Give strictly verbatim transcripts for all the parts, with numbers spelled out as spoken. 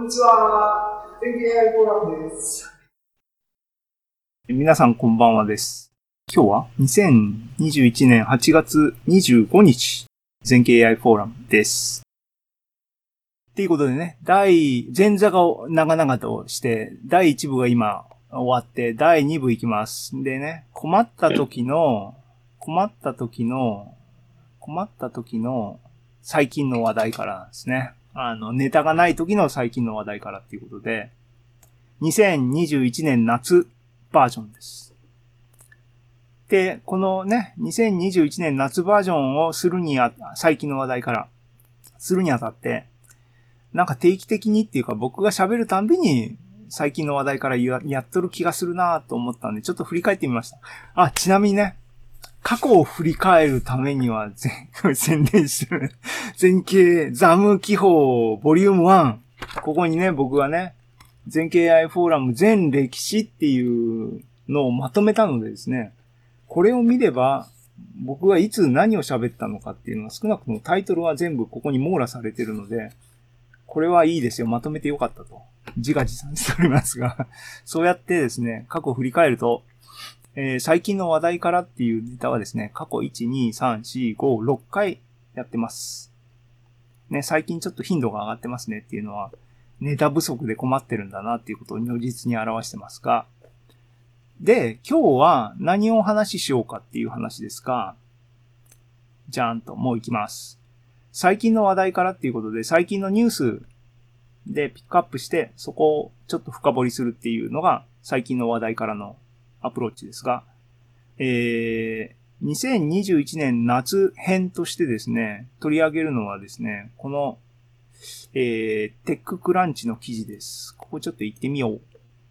にちは。全景 エーアイ フォーラムです。 皆さんこんばんはです。今日はにせんにじゅういちねんはちがつにじゅうごにち、全景 エーアイ フォーラムです。ということでね、第、前座が長々として、だいいち部が今終わって、だいに部いきます。でね、困った時の、困った時の、困った時の最近の話題からですね。あの、ネタがない時の最近の話題からっていうことで、にせんにじゅういちねん夏バージョンです。で、このね、にせんにじゅういちねん夏バージョンをするにあ、最近の話題からするにあたって、なんか定期的にっていうか僕が喋るたんびに最近の話題からやっとる気がするなと思ったんで、ちょっと振り返ってみました。あ、ちなみにね、過去を振り返るためには全、宣伝してる。全景ザム記法ボリュームワン。ここにね、僕がね、全景 エーアイ フォーラム全歴史っていうのをまとめたのでですね、これを見れば、僕がいつ何を喋ったのかっていうのは少なくともタイトルは全部ここに網羅されてるので、これはいいですよ。まとめてよかったと。自画自賛しておりますが、そうやってですね、過去を振り返ると、えー、最近の話題からっていうネタはですね、過去いち、に、さん、よん、ご、ろっかいやってます。ね、最近ちょっと頻度が上がってますねっていうのは、ネタ不足で困ってるんだなっていうことを如実に表してますが、で、今日は何をお話ししようかっていう話ですが、じゃーんと、もう行きます。最近の話題からっていうことで、最近のニュースでピックアップして、そこをちょっと深掘りするっていうのが、最近の話題からのアプローチですが、えー、にせんにじゅういちねん夏編としてですね、取り上げるのはですね、この、えー、テッククランチの記事です。ここちょっと行ってみよう。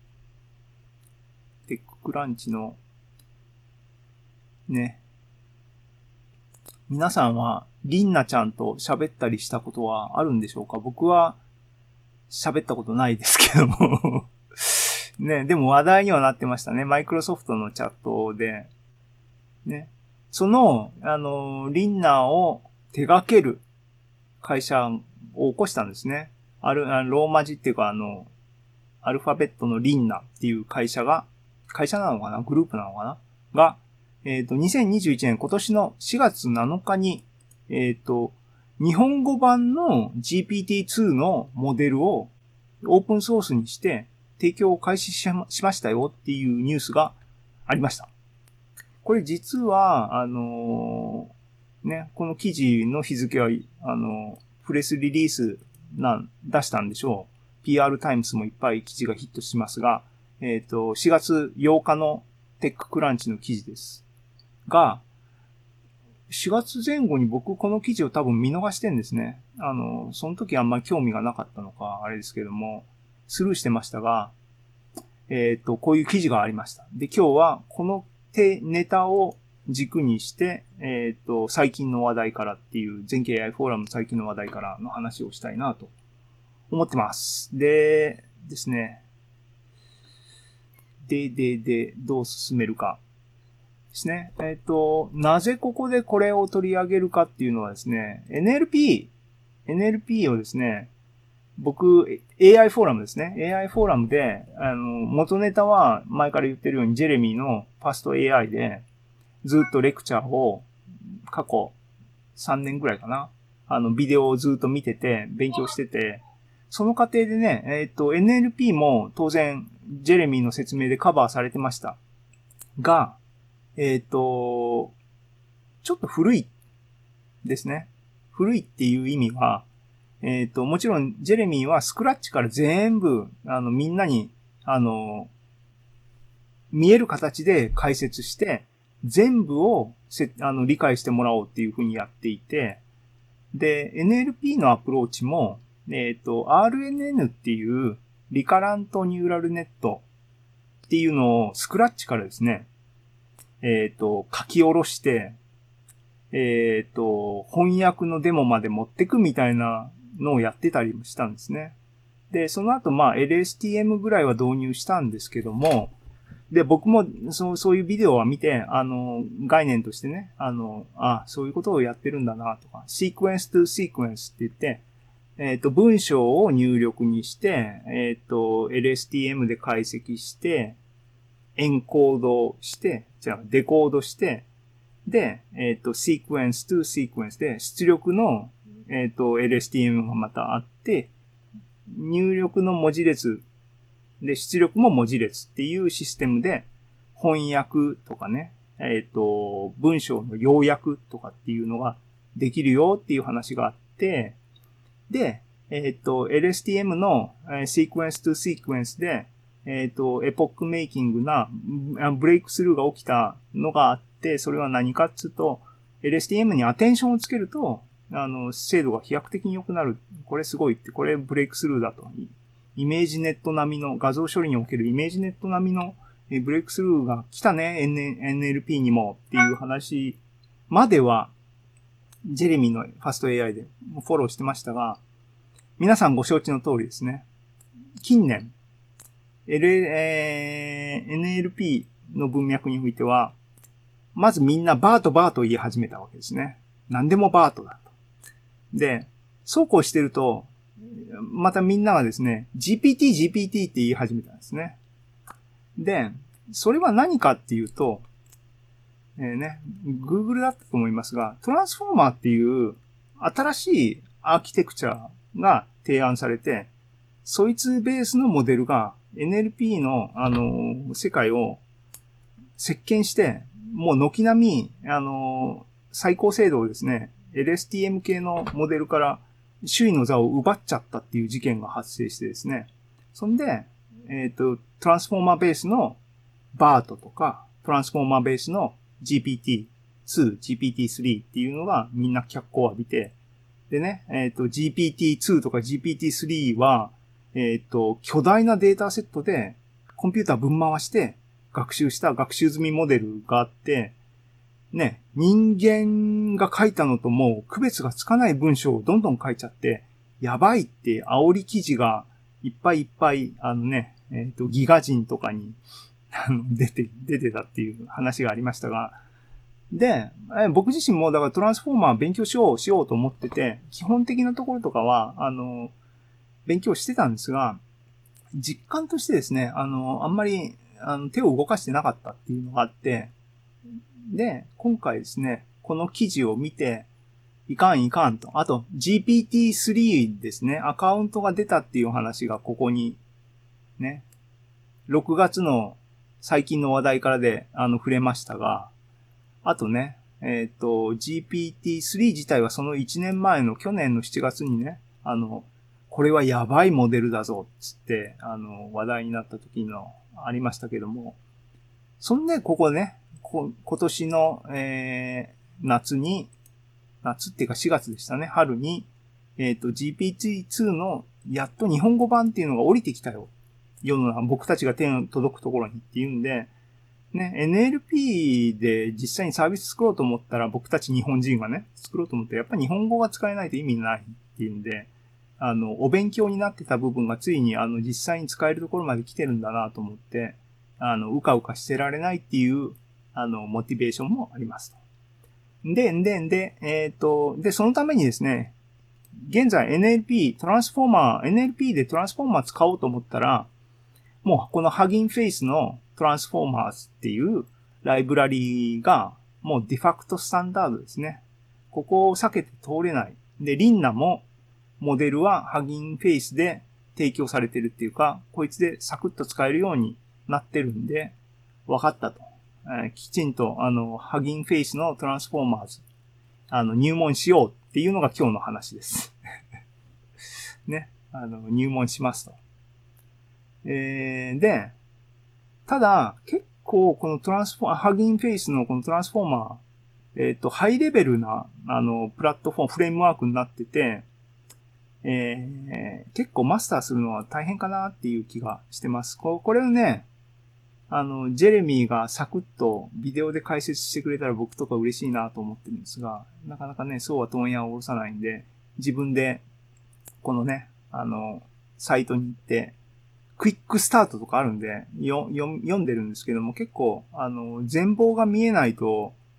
テッククランチの、ね。皆さんは、リンナちゃんと喋ったりしたことはあるんでしょうか？僕は喋ったことないですけども。ね、でも話題にはなってましたね。マイクロソフトのチャットで。ね。その、あの、リンナーを手掛ける会社を起こしたんですね。ある、あローマ字っていうか、あの、アルファベットのリンナっていう会社が、会社なのかな？グループなのかな？が、えっと、にせんにじゅういちねん今年のしがつなのかに、えっと、日本語版の ジーピーティーツー のモデルをオープンソースにして提供を開始しましたよっていうニュースがありました。これ実は、あのー、ね、この記事の日付は、あのー、プレスリリースなん、出したんでしょう。ピーアール タイムスもいっぱい記事がヒットしますが、えっと、しがつようかのテッククランチの記事です。が、しがつぜん後に僕この記事を多分見逃してんですね。あの、その時あんまり興味がなかったのか、あれですけども、スルーしてましたが、えっと、こういう記事がありました。で、今日はこのネタを軸にして、えっと、最近の話題からっていう、全景 エーアイ フォーラム最近の話題からの話をしたいなと思ってます。で、ですね。で、で、で、どう進めるか。ですね。えっと、なぜここでこれを取り上げるかっていうのはですね、エヌエルピー、エヌエルピー をですね、僕、エーアイ フォーラムですね。エーアイ フォーラムで、あの、元ネタは前から言ってるようにジェレミーのファスト エーアイ で、ずっとレクチャーを過去さんねんぐらいかな。あの、ビデオをずっと見てて、勉強してて、その過程でね、えっと、エヌエルピー も当然、ジェレミーの説明でカバーされてました。が、えっと、ちょっと古いですね。古いっていう意味は、えっと、もちろん、ジェレミーはスクラッチから全部、あの、みんなに、あの、見える形で解説して、全部をせあの理解してもらおうっていうふうにやっていて、で、エヌエルピー のアプローチも、えっと、アールエヌエヌ っていうリカラントニューラルネットっていうのをスクラッチからですね、えっと、書き下ろして、えっと、翻訳のデモまで持ってくみたいなのをやってたりもしたんですね。で、その後、まあ、エルエスティーエム ぐらいは導入したんですけども、で、僕も、そう、そういうビデオは見て、あの、概念としてね、あの、あ、そういうことをやってるんだな、とか、シークエンストゥシークエンスって言って、 えっと、文章を入力にして、えっと、エルエスティーエム で解析して、エンコードして、じゃあ、デコードして、で、えっと、sequence to sequence で、出力の、えっと、エルエスティーエム がまたあって、入力の文字列で、出力も文字列っていうシステムで、翻訳とかね、えっと、文章の要約とかっていうのができるよっていう話があって、で、えっと、エルエスティーエム の、えー、sequence to sequence で、えっと、エポックメイキングなブレイクスルーが起きたのがあって、それは何かっつうと、エルエスティーエム にアテンションをつけると、あの、精度が飛躍的に良くなる。これすごいって、これブレイクスルーだと。イメージネット並みの、画像処理におけるイメージネット並みのブレイクスルーが来たね、エヌエルピー にもっていう話までは、ジェレミーのファスト エーアイ でフォローしてましたが、皆さんご承知の通りですね。近年、L えー、エヌエルピー の文脈においては、まずみんなバートバート言い始めたわけですね。何でもバートだと。で、そうこうしてると、またみんながですね、ジーピーティー、ジーピーティー って言い始めたんですね。で、それは何かっていうと、えー、ね、Google だったと思いますが、トランスフォーマーっていう新しいアーキテクチャが提案されて、そいつベースのモデルが エヌエルピー の、あの、世界を席巻して、もう軒並み、あの、最高精度をですね、エルエスティーエム 系のモデルから首位の座を奪っちゃったっていう事件が発生してですね。そんで、えっと、トランスフォーマーベースの バート とか、トランスフォーマーベースの ジーピーティーツー、ジーピーティースリー っていうのがみんな脚光を浴びて、でね、えっと、ジーピーティーツー とか ジーピーティースリー は、えっと、巨大なデータセットでコンピューターぶん回して学習した学習済みモデルがあって、ね、人間が書いたのともう区別がつかない文章をどんどん書いちゃって、やばいって煽り記事がいっぱいいっぱい、あのね、えっと、ギガ人とかに出て、出てたっていう話がありましたが、で、僕自身もだからトランスフォーマー勉強しよう、しようと思ってて、基本的なところとかは、あの、勉強してたんですが、実感としてですね、あの、あんまり、あの、手を動かしてなかったっていうのがあって、で、今回ですね、この記事を見て、いかんいかんと。あと、ジーピーティースリー ですね、アカウントが出たっていう話がここに、ね、ろくがつの最近の話題からで、あの、触れましたが、あとね、えっと、ジーピーティースリー 自体はそのいちねんまえの去年のしちがつにね、あの、これはやばいモデルだぞ、つって、あの、話題になった時のありましたけども、そんで、ここね、こ今年の、えー、夏に、夏っていうかしがつでしたね、春に、えっと、ジーピーティーツー のやっと日本語版っていうのが降りてきたよ。世の中、僕たちが手の届くところにっていうんで、ね、エヌエルピー で実際にサービス作ろうと思ったら、僕たち日本人がね、作ろうと思って、やっぱり日本語が使えないと意味ないっていうんで、あの、お勉強になってた部分がついに、あの、実際に使えるところまで来てるんだなと思って、あの、うかうかしてられないっていう、あの、モチベーションもありますと。で、で、で、えっと、で、そのためにですね、現在 エヌエルピー、トランスフォーマー、エヌエルピー でトランスフォーマー使おうと思ったら、もうこのハギンフェイスのトランスフォーマーズっていうライブラリがもうディファクトスタンダードですね。ここを避けて通れない。で、リンナもモデルはハギンフェイスで提供されてるっていうか、こいつでサクッと使えるようになってるんで、分かったと。えー、きちんとあの、ハギンフェイスのトランスフォーマーズ、あの、入門しようっていうのが今日の話です。ね。あの、入門しますと。えー、で、ただ、結構このトランスフォー、ハギンフェイスのこのトランスフォーマー、えっと、ハイレベルな、あの、プラットフォーム、フレームワークになってて、えー、結構マスターするのは大変かなっていう気がしてます。これをね、あの、ジェレミーがサクッとビデオで解説してくれたら僕とか嬉しいなと思ってるんですが、なかなかね、そうは問屋を下ろさないんで、自分で、このね、あの、サイトに行って、クイックスタートとかあるんで、よ、よ、読んでるんですけども、結構、あの、全貌が見えないと、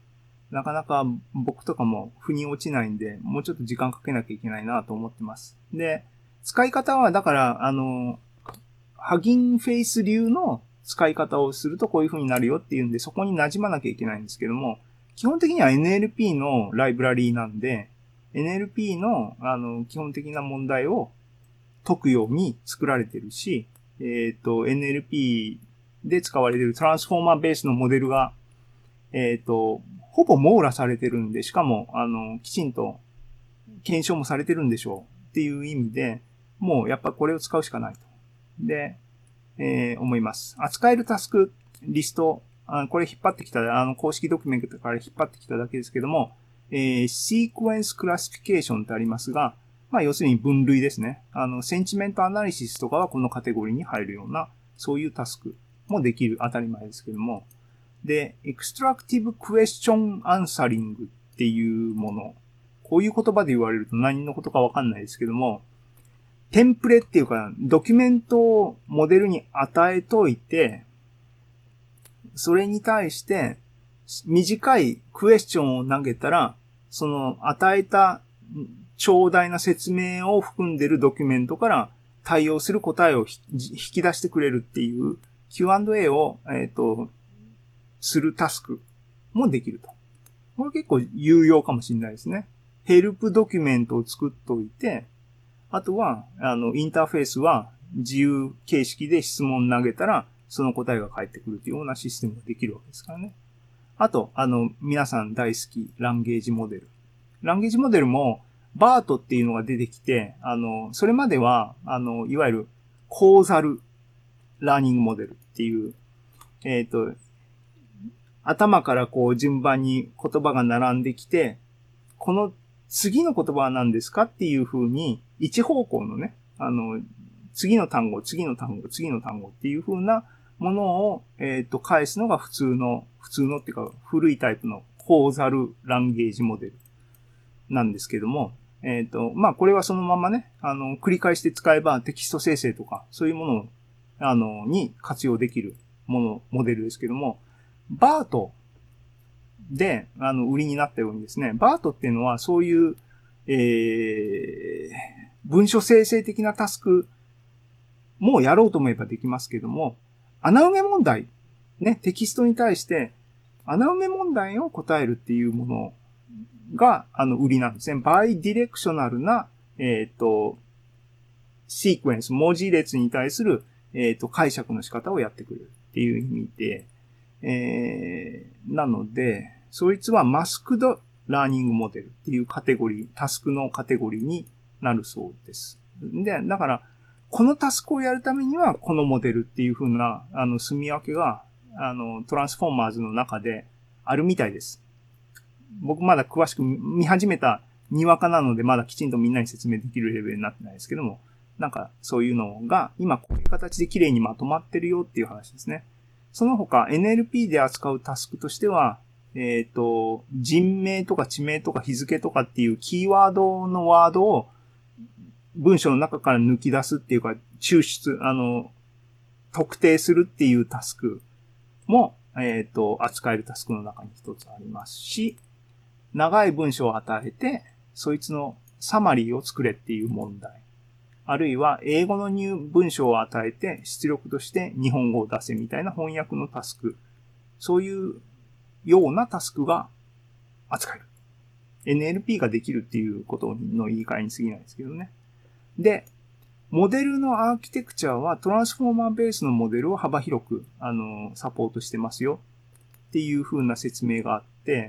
なかなか僕とかも腑に落ちないんで、もうちょっと時間かけなきゃいけないなと思ってます。で、使い方はだから、あの、ハギンフェイス流の使い方をするとこういう風になるよっていうんで、そこに馴染まなきゃいけないんですけども、基本的には エヌエルピー のライブラリーなんで、エヌエルピー の、あの、基本的な問題を解くように作られてるし、えっと、エヌエルピー で使われているトランスフォーマーベースのモデルが、えっと、ほぼ網羅されてるんで、しかも、あの、きちんと検証もされてるんでしょうっていう意味で、もうやっぱこれを使うしかないと。で、えー、思います。扱えるタスクリスト、あこれ引っ張ってきた、あの、公式ドキュメントから引っ張ってきただけですけども、えー、シークエンスクラシフィケーションってありますが、まあ、要するに分類ですね。あの、センチメントアナリシスとかはこのカテゴリーに入るような、そういうタスクもできる、当たり前ですけども。で、エクストラクティブクエスチョンアンサリングっていうもの。こういう言葉で言われると何のことかわかんないですけども、テンプレっていうか、ドキュメントをモデルに与えといて、それに対して短いクエスチョンを投げたら、その与えた長大な説明を含んでいるドキュメントから対応する答えを引き出してくれるっていう キューアンドエー を、えっと、するタスクもできると。これ結構有用かもしれないですね。ヘルプドキュメントを作っといて、あとは、あの、インターフェースは自由形式で質問投げたら、その答えが返ってくるというようなシステムができるわけですからね。あと、あの、皆さん大好き、ランゲージモデル。ランゲージモデルも、バートっていうのが出てきて、あの、それまでは、あの、いわゆる、コーザルラーニングモデルっていう、えっと、頭からこう順番に言葉が並んできて、この次の言葉は何ですかっていう風に、一方向のね、あの、次の単語、次の単語、次の単語っていう風なものを、えっと、返すのが普通の、普通のっていうか、古いタイプのコーザルランゲージモデルなんですけども、えっと、まあ、これはそのままね、あの、繰り返して使えばテキスト生成とか、そういうものを、あの、に活用できるもの、モデルですけども、バートで、あの、売りになったようにですね、バートっていうのはそういう、えー、文書生成的なタスクもやろうと思えばできますけども、穴埋め問題、ね、テキストに対して穴埋め問題を答えるっていうものが、あの、売りなんですね。バイディレクショナルな、えっと、シークエンス、文字列に対する、えっと、解釈の仕方をやってくれるっていう意味で、えー、なので、そいつはマスクドラーニングモデルっていうカテゴリー、タスクのカテゴリーになるそうです。で、だから、このタスクをやるためにはこのモデルっていう風な、あの、住み分けが、あの、トランスフォーマーズの中であるみたいです。僕まだ詳しく見始めたにわかなので、まだきちんとみんなに説明できるレベルになってないですけども、なんかそういうのが今こういう形で綺麗にまとまってるよっていう話ですね。その他 エヌエルピー で扱うタスクとしては、えっと、人名とか地名とか日付とかっていうキーワードのワードを文章の中から抜き出すっていうか、抽出、あの、特定するっていうタスクも、えっと、扱えるタスクの中に一つありますし、長い文章を与えて、そいつのサマリーを作れっていう問題。あるいは、英語の入文章を与えて、出力として日本語を出せみたいな翻訳のタスク。そういうようなタスクが扱える。エヌエルピー ができるっていうことの言い換えに過ぎないですけどね。で、モデルのアーキテクチャはトランスフォーマーベースのモデルを幅広く、あの、サポートしてますよっていう風な説明があって、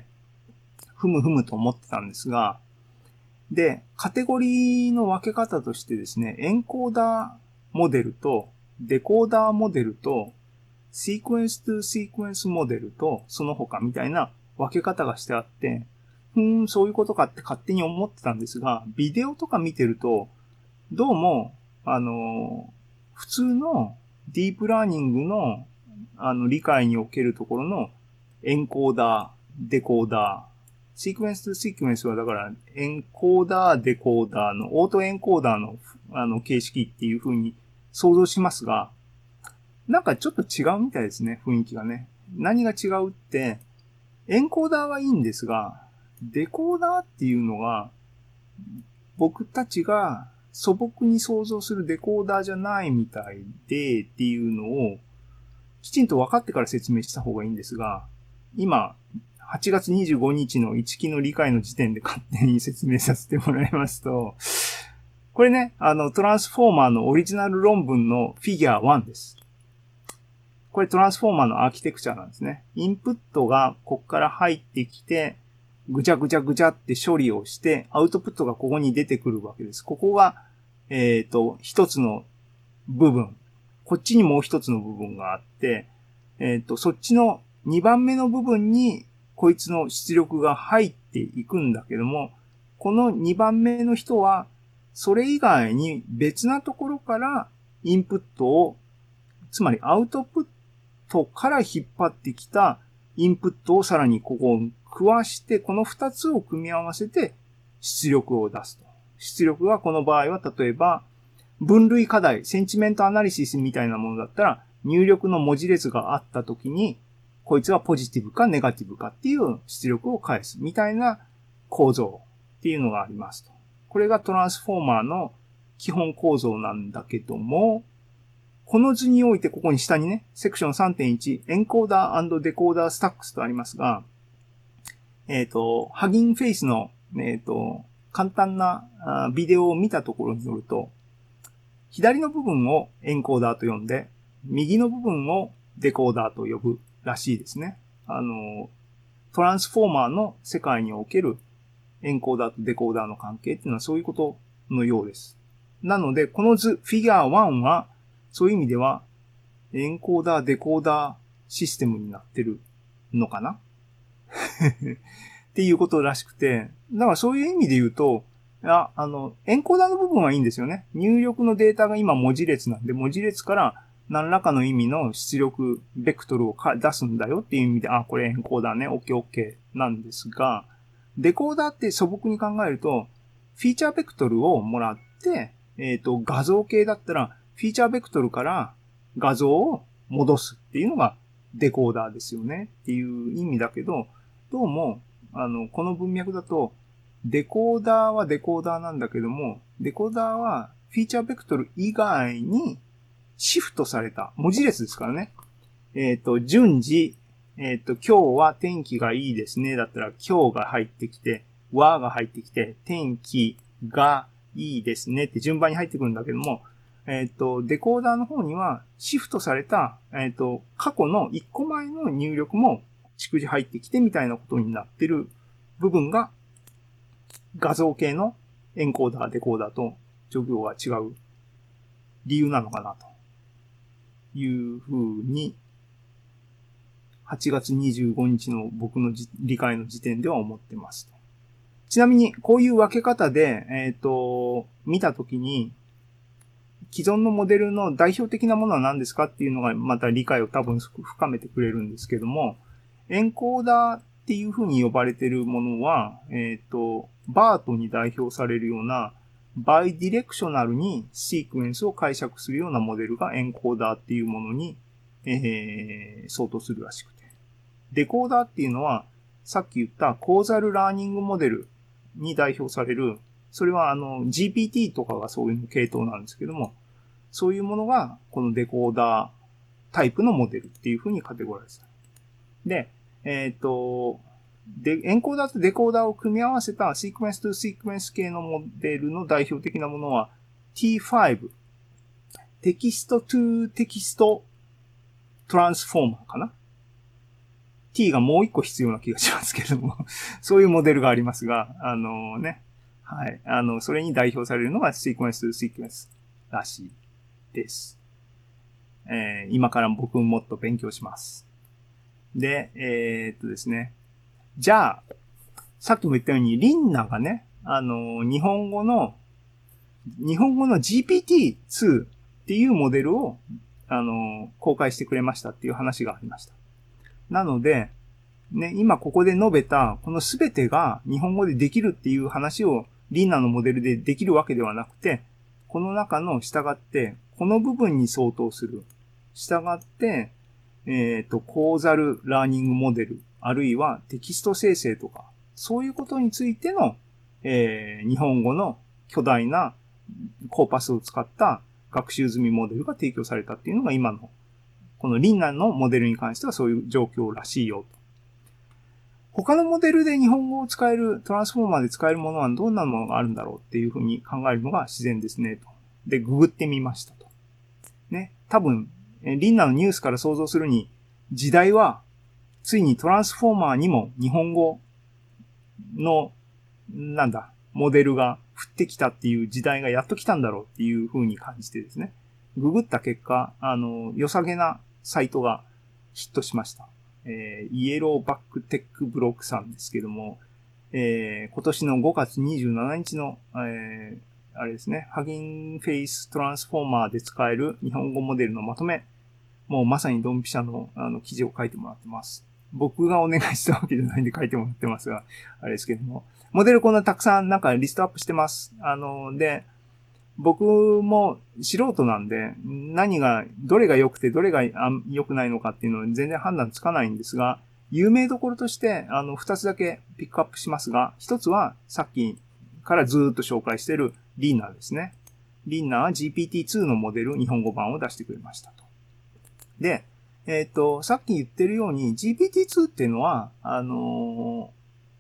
ふむふむと思ってたんですが、で、カテゴリーの分け方としてですね、エンコーダーモデルとデコーダーモデルとシークエンストゥシークエンスモデルとその他みたいな分け方がしてあって、ふーん、そういうことかって勝手に思ってたんですが、ビデオとか見てると、どうも、あの、普通のディープラーニングの、あの、理解におけるところのエンコーダー、デコーダー、シークエンスとシークエンスはだから、エンコーダー、デコーダーの、オートエンコーダーの、あの、形式っていう風に想像しますが、なんかちょっと違うみたいですね、雰囲気がね。何が違うって、 エンコーダーはいいんですが、デコーダーっていうのが、僕たちが素朴に想像するデコーダーじゃないみたいでっていうのをきちんと分かってから説明した方がいいんですが、今、はちがつにじゅうごにちの一期の理解の時点で勝手に説明させてもらいますと、これね、あの、トランスフォーマーのオリジナル論文のフィギュアワンです。これトランスフォーマーのアーキテクチャなんですね。インプットがここから入ってきて、ぐちゃぐちゃぐちゃって処理をして、アウトプットがここに出てくるわけです。ここが、えっと、一つの部分。こっちにもう一つの部分があって、えっと、そっちのにばんめの部分に、こいつの出力が入っていくんだけども、このにばんめの人は、それ以外に別なところからインプットを、つまりアウトプットから引っ張ってきたインプットをさらにここを食わして、このふたつを組み合わせて出力を出すと。出力はこの場合は例えば分類課題、センチメントアナリシスみたいなものだったら入力の文字列があったときにこいつはポジティブかネガティブかっていう出力を返すみたいな構造っていうのがありますと。これがトランスフォーマーの基本構造なんだけども、この図においてここに下にね、セクション さんてんいち、エンコーダー&デコーダースタックスとありますが、えっと、ハギンフェイスの、えっと、簡単なビデオを見たところによると、左の部分をエンコーダーと呼んで、右の部分をデコーダーと呼ぶらしいですね。あの、トランスフォーマーの世界におけるエンコーダーとデコーダーの関係っていうのはそういうことのようです。なので、この図、フィギュアワンは、そういう意味では、エンコーダー、デコーダーシステムになってるのかなっていうことらしくて、だからそういう意味で言うと、あ、あの、エンコーダーの部分はいいんですよね。入力のデータが今文字列なんで、文字列から何らかの意味の出力ベクトルを出すんだよっていう意味で、あ、これエンコーダーね、オッケーオッケーなんですが、デコーダーって素朴に考えると、フィーチャーベクトルをもらって、えっと、画像系だったら、フィーチャーベクトルから画像を戻すっていうのがデコーダーですよねっていう意味だけど、どうも、あの、この文脈だと、デコーダーはデコーダーなんだけども、デコーダーはフィーチャーベクトル以外にシフトされた文字列ですからね。えっと、順次、えっと、今日は天気がいいですね。だったら今日が入ってきて、わが入ってきて、天気がいいですねって順番に入ってくるんだけども、えっと、デコーダーの方にはシフトされた、えっと、過去のいっこまえの入力も逐次入ってきてみたいなことになってる部分が画像系のエンコーダー、デコーダーと状況が違う理由なのかなというふうにはちがつにじゅうごにちの僕の理解の時点では思ってます。ちなみにこういう分け方で、えっと、見たときに既存のモデルの代表的なものは何ですかっていうのがまた理解を多分深めてくれるんですけども、エンコーダーっていうふうに呼ばれているものは、えっと、バートに代表されるようなバイディレクショナルにシークエンスを解釈するようなモデルがエンコーダーっていうものに、えー、相当するらしくて。デコーダーっていうのはさっき言ったコーザルラーニングモデルに代表される、それはあの ジーピーティー とかがそういう系統なんですけども、そういうものがこのデコーダータイプのモデルっていう風にカテゴライズされる。で、えっと、で、エンコーダーとデコーダーを組み合わせたシークエンスとシークエンス系のモデルの代表的なものは ティーファイブ、テキストトゥテキストトランスフォーマーかな。T がもう一個必要な気がしますけれども、そういうモデルがありますが、あのね、はい、あの、それに代表されるのがシークエンスとシークエンスらしいです。えー、今から僕ももっと勉強します。で、えー、っとですね。じゃあ、さっきも言ったように、リンナがね、あの、日本語の、日本語の ジーピーティーツー っていうモデルを、あの、公開してくれましたっていう話がありました。なので、ね、今ここで述べた、このすべてが日本語でできるっていう話をリンナのモデルでできるわけではなくて、この中の従って、この部分に相当する。従って、えっと、コーザルラーニングモデルあるいはテキスト生成とか、そういうことについての、えー、日本語の巨大なコーパスを使った学習済みモデルが提供されたっていうのが今の、このリンナのモデルに関してはそういう状況らしいよと。他のモデルで日本語を使える、トランスフォーマーで使えるものはどんなものがあるんだろうっていうふうに考えるのが自然ですねと。で、ググってみましたと。ね。多分、リンナのニュースから想像するに、時代は、ついにトランスフォーマーにも日本語の、なんだ、モデルが降ってきたっていう時代がやっと来たんだろうっていう風に感じてですね。ググった結果、あの、良さげなサイトがヒットしました。えー、イエローバックテックブログさんですけども、えー、今年のごがつにじゅうしちにちの、えー、あれですね、ハギンフェイストランスフォーマーで使える日本語モデルのまとめ、もうまさにドンピシャのあの記事を書いてもらってます。僕がお願いしたわけじゃないんで書いてもらってますが、あれですけども。モデルこんなたくさんなんかリストアップしてます。あの、で、僕も素人なんで、何が、どれが良くてどれが良くないのかっていうのは全然判断つかないんですが、有名どころとして、あの、二つだけピックアップしますが、一つはさっきからずーっと紹介しているリンナーですね。リンナーは ジーピーティーツー のモデル、日本語版を出してくれましたと。で、えっと、さっき言ってるように ジーピーティーツー っていうのは、あのー、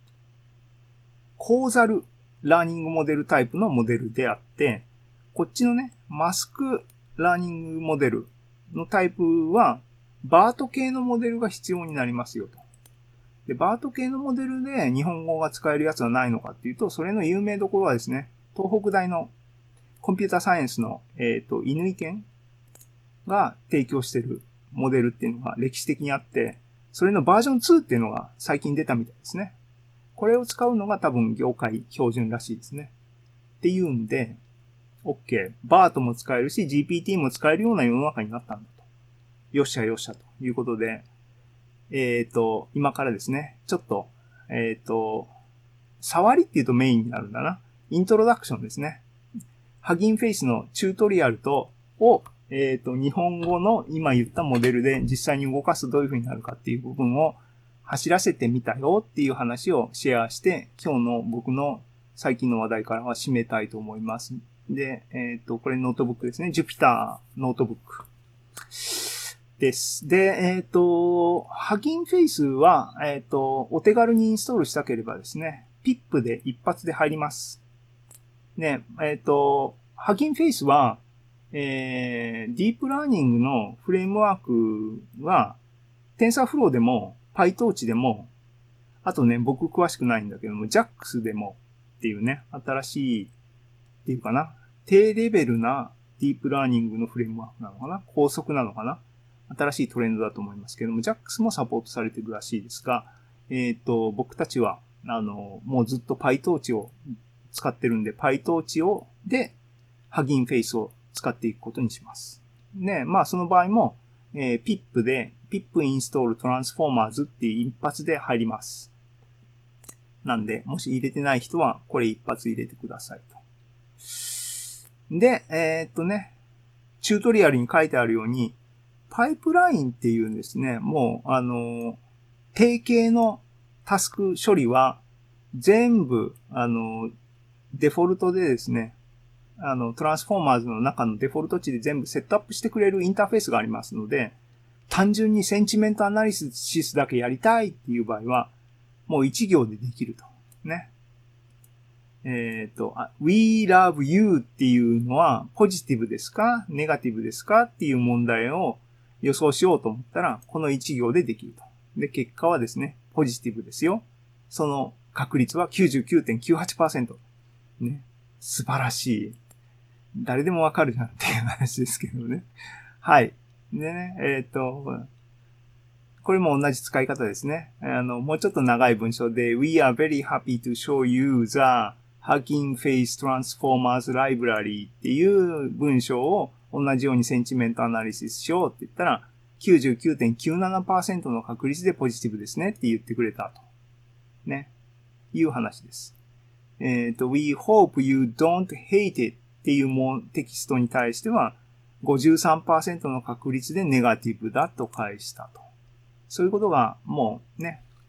コーザルラーニングモデルタイプのモデルであって、こっちのね、マスクラーニングモデルのタイプは、バート系のモデルが必要になりますよと。で、バート系のモデルで日本語が使えるやつはないのかっていうと、それの有名どころはですね、東北大のコンピューターサイエンスの、えっと、犬井健が提供しているモデルっていうのが歴史的にあって、それのバージョンツーっていうのが最近出たみたいですね。これを使うのが多分業界標準らしいですね。っていうんで、OK。バートも使えるし、ジーピーティー も使えるような世の中になったんだと。よっしゃよっしゃということで、えっと、今からですね、ちょっと、えっと、触りっていうとメインになるんだな。イントロダクションですね。ハギンフェイスのチュートリアルと、を、えっと、日本語の今言ったモデルで実際に動かすとどういう風になるかっていう部分を走らせてみたよっていう話をシェアして、今日の僕の最近の話題からは締めたいと思います。で、えっと、これノートブックですね。Jupyter ノートブックです。で、えっと、ハギンフェイスは、えっと、お手軽にインストールしたければですね、ピップで一発で入ります。ね、えっと、ハギンフェイスは、えー、ディープラーニングのフレームワークは、TensorFlow でも、PyTorch でも、あとね、僕詳しくないんだけども、ジャックス でもっていうね、新しい、っていうかな、低レベルなディープラーニングのフレームワークなのかな、高速なのかな、新しいトレンドだと思いますけども、ジャックス もサポートされてるらしいですが、えっと、僕たちは、あの、もうずっと PyTorch を使ってるんで、PyTorch を、で、ハギンフェイスを使っていくことにします。ね、まあその場合も、えー、ピップ で ピップ インストールトランスフォーマーズっていう一発で入ります。なんで、もし入れてない人はこれ一発入れてくださいと。で、えー、っとね、チュートリアルに書いてあるように、パイプラインっていうんですね、もう、あの、定型のタスク処理は全部、あの、デフォルトでですね、あの、トランスフォーマーズの中のデフォルト値で全部セットアップしてくれるインターフェースがありますので、単純にセンチメントアナリシスだけやりたいっていう場合は、もう一行でできると。ね。えっと、we love you っていうのはポジティブですかネガティブですかっていう問題を予想しようと思ったら、この一行でできると。で、結果はですね、ポジティブですよ。その確率は きゅうじゅうきゅうてんきゅうはちパーセント。ね。素晴らしい。誰でもわかるじゃんっていう話ですけどね。はい。でね、えっと、これも同じ使い方ですね。あの、もうちょっと長い文章で We are very happy to show you the Hugging Face Transformers Library っていう文章を同じようにセンチメントアナリシスしようって言ったら きゅうじゅうきゅうてんきゅうななパーセント の確率でポジティブですねって言ってくれたと。ね。いう話です。えっと、We hope you don't hate itっていうもテキストに対しては ごじゅうさんパーセント の確率でネガティブだと返したと。そういうことがもうね、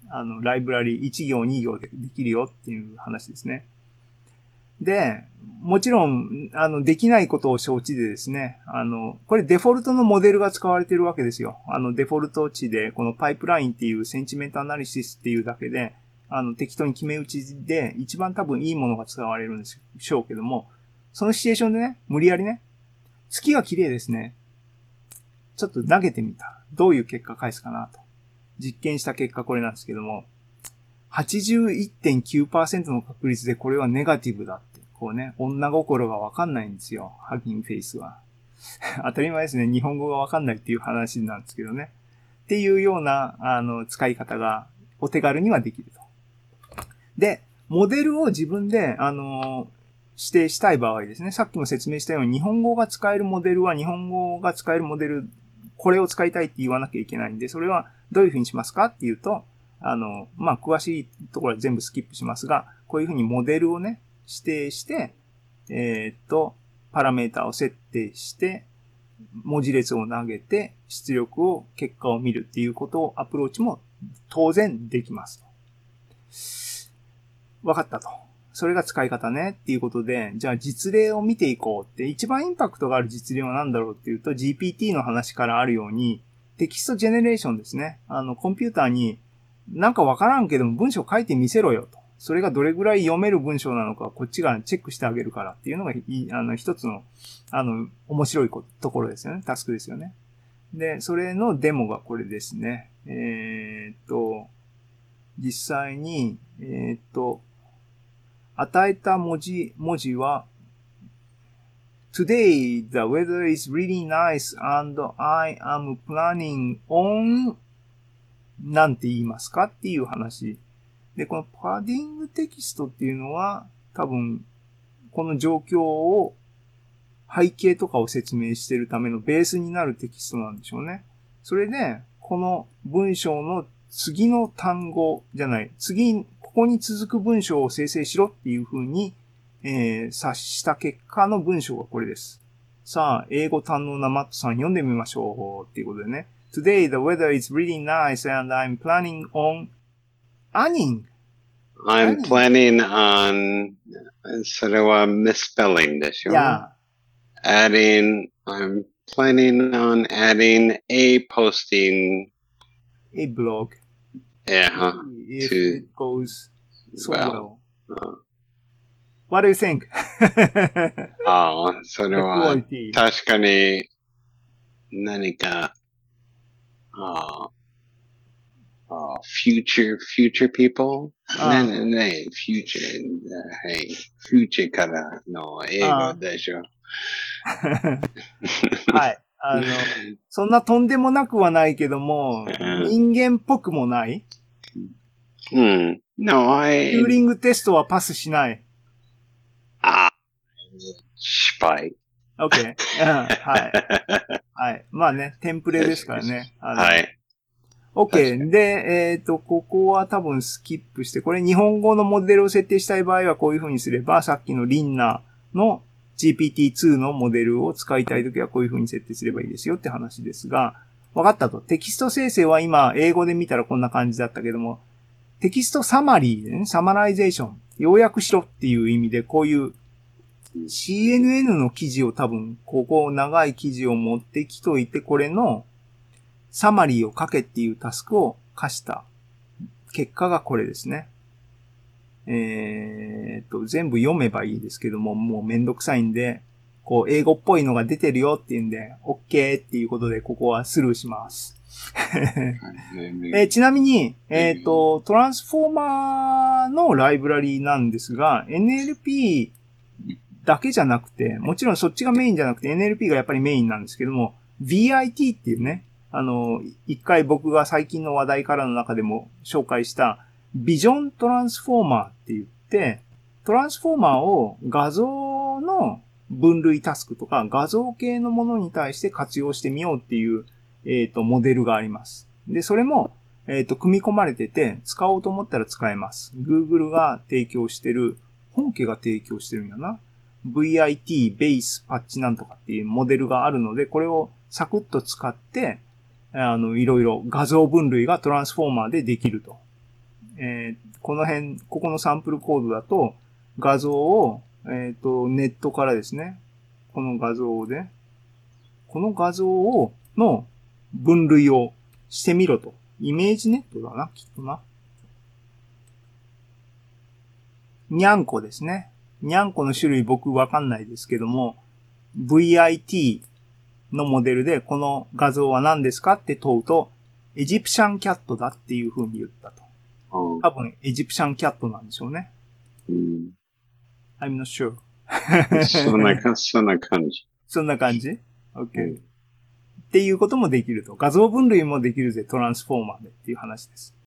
あの、ライブラリいち行に行でできるよっていう話ですね。で、もちろん、あの、できないことを承知でですね、あの、これデフォルトのモデルが使われているわけですよ。あの、デフォルト値で、このパイプラインっていうセンチメントアナリシスっていうだけで、あの、適当に決め打ちで、一番多分いいものが使われるんでしょうけども、そのシチュエーションでね、無理やりね、月が綺麗ですね。ちょっと投げてみた。どういう結果返すかなと。実験した結果これなんですけども、はちじゅういってんきゅうパーセント の確率でこれはネガティブだって。こうね、女心がわかんないんですよ。ハギンフェイスは。当たり前ですね。日本語がわかんないっていう話なんですけどね。っていうような、あの、使い方がお手軽にはできると。で、モデルを自分で、あの、指定したい場合ですね。さっきも説明したように、日本語が使えるモデルは日本語が使えるモデル、これを使いたいって言わなきゃいけないんで、それはどういうふうにしますかっていうと、あの、まあ、詳しいところは全部スキップしますが、こういうふうにモデルをね、指定して、えー、っと、パラメータを設定して、文字列を投げて、出力を、結果を見るっていうことをアプローチも当然できます。わかったと。それが使い方ねっていうことで、じゃあ実例を見ていこうって、一番インパクトがある実例は何だろうっていうと、ジーピーティー の話からあるように、テキストジェネレーションですね。あの、コンピューターになんかわからんけども文章書いてみせろよと。それがどれぐらい読める文章なのか、こっちがチェックしてあげるからっていうのが、あの、一つの、あの、面白いところですよね。タスクですよね。で、それのデモがこれですね。えー、っと、実際に、えー、っと、与えた文字、文字は、Today the weather is really nice and I am planning on なんて言いますかっていう話。で、このパディングテキストっていうのは、多分、この状況を、背景とかを説明しているためのベースになるテキストなんでしょうね。それで、この文章の次の単語じゃない、次、ここに続く文章を生成しろっていう風に、えー、察した結果の文章がこれです。さあ、英語堪能なマットさん読んでみましょうっていうことでね。Today the weather is really nice and I'm planning on adding. I'm Adding. planning on, それは misspelling でしょ? Yeah. Adding, I'm planning on adding a posting. A blog. Yeah. If To, it goes so well. well. Uh, What do you think? ああ、それ The は quality. 確かに何か、ああ、ああ、future, future people? ああねねね、future, はい、future からの英語でしょ。 はい。あの、そんなとんでもなくはないけども、人間っぽくもない。 うん。No, チ I, ューリングテストはパスしない。 あ、失敗。 OK。うん、はい。はい。まあね、テンプレですからね。あのはい。 OK。で、えっと、ここは多分スキップして、これ日本語のモデルを設定したい場合はこういう風にすれば、さっきのリンナの ジーピーティーツー のモデルを使いたいときはこういう風に設定すればいいですよって話ですが、分かったと。テキスト生成は今、英語で見たらこんな感じだったけども、テキストサマリーでね、サマライゼーション、要約しろっていう意味で、こういう シーエヌエヌ の記事を多分、ここ長い記事を持ってきといて、これのサマリーを書けっていうタスクを課した結果がこれですね。えー、っと、全部読めばいいですけども、もうめんどくさいんで、こう、英語っぽいのが出てるよっていうんで、OK っていうことで、ここはスルーします。えー、ちなみに、えっと、トランスフォーマーのライブラリーなんですが、エヌエルピー だけじゃなくて、もちろんそっちがメインじゃなくて エヌエルピー がやっぱりメインなんですけども、ブイアイティー っていうね、あの、一回僕が最近の話題からの中でも紹介したビジョントランスフォーマーって言って、トランスフォーマーを画像の分類タスクとか画像系のものに対して活用してみようっていう、えっと、モデルがあります。で、それも、えっと、組み込まれてて、使おうと思ったら使えます。Google が提供してる、本家が提供してるんだな。ブイアイティー ベースパッチなんとかっていうモデルがあるので、これをサクッと使って、あの、いろいろ画像分類がトランスフォーマーでできるとえーこの辺、ここのサンプルコードだと、画像を、えっと、ネットからですね、この画像で、この画像を、の分類をしてみろと。イメージネットだな、きっとな。にゃんこですね。にゃんこの種類僕わかんないですけども、ブイアイティー のモデルでこの画像は何ですかって問うと、エジプシャンキャットだっていう風に言ったと。 うん多分エジプシャンキャットなんでしょうね。 うん I'm not sure. そんなか、そんな感じ。 そんな感じ ?OK、 うんっていうこともできると。画像分類もできるぜ、トランスフォーマーでっていう話です。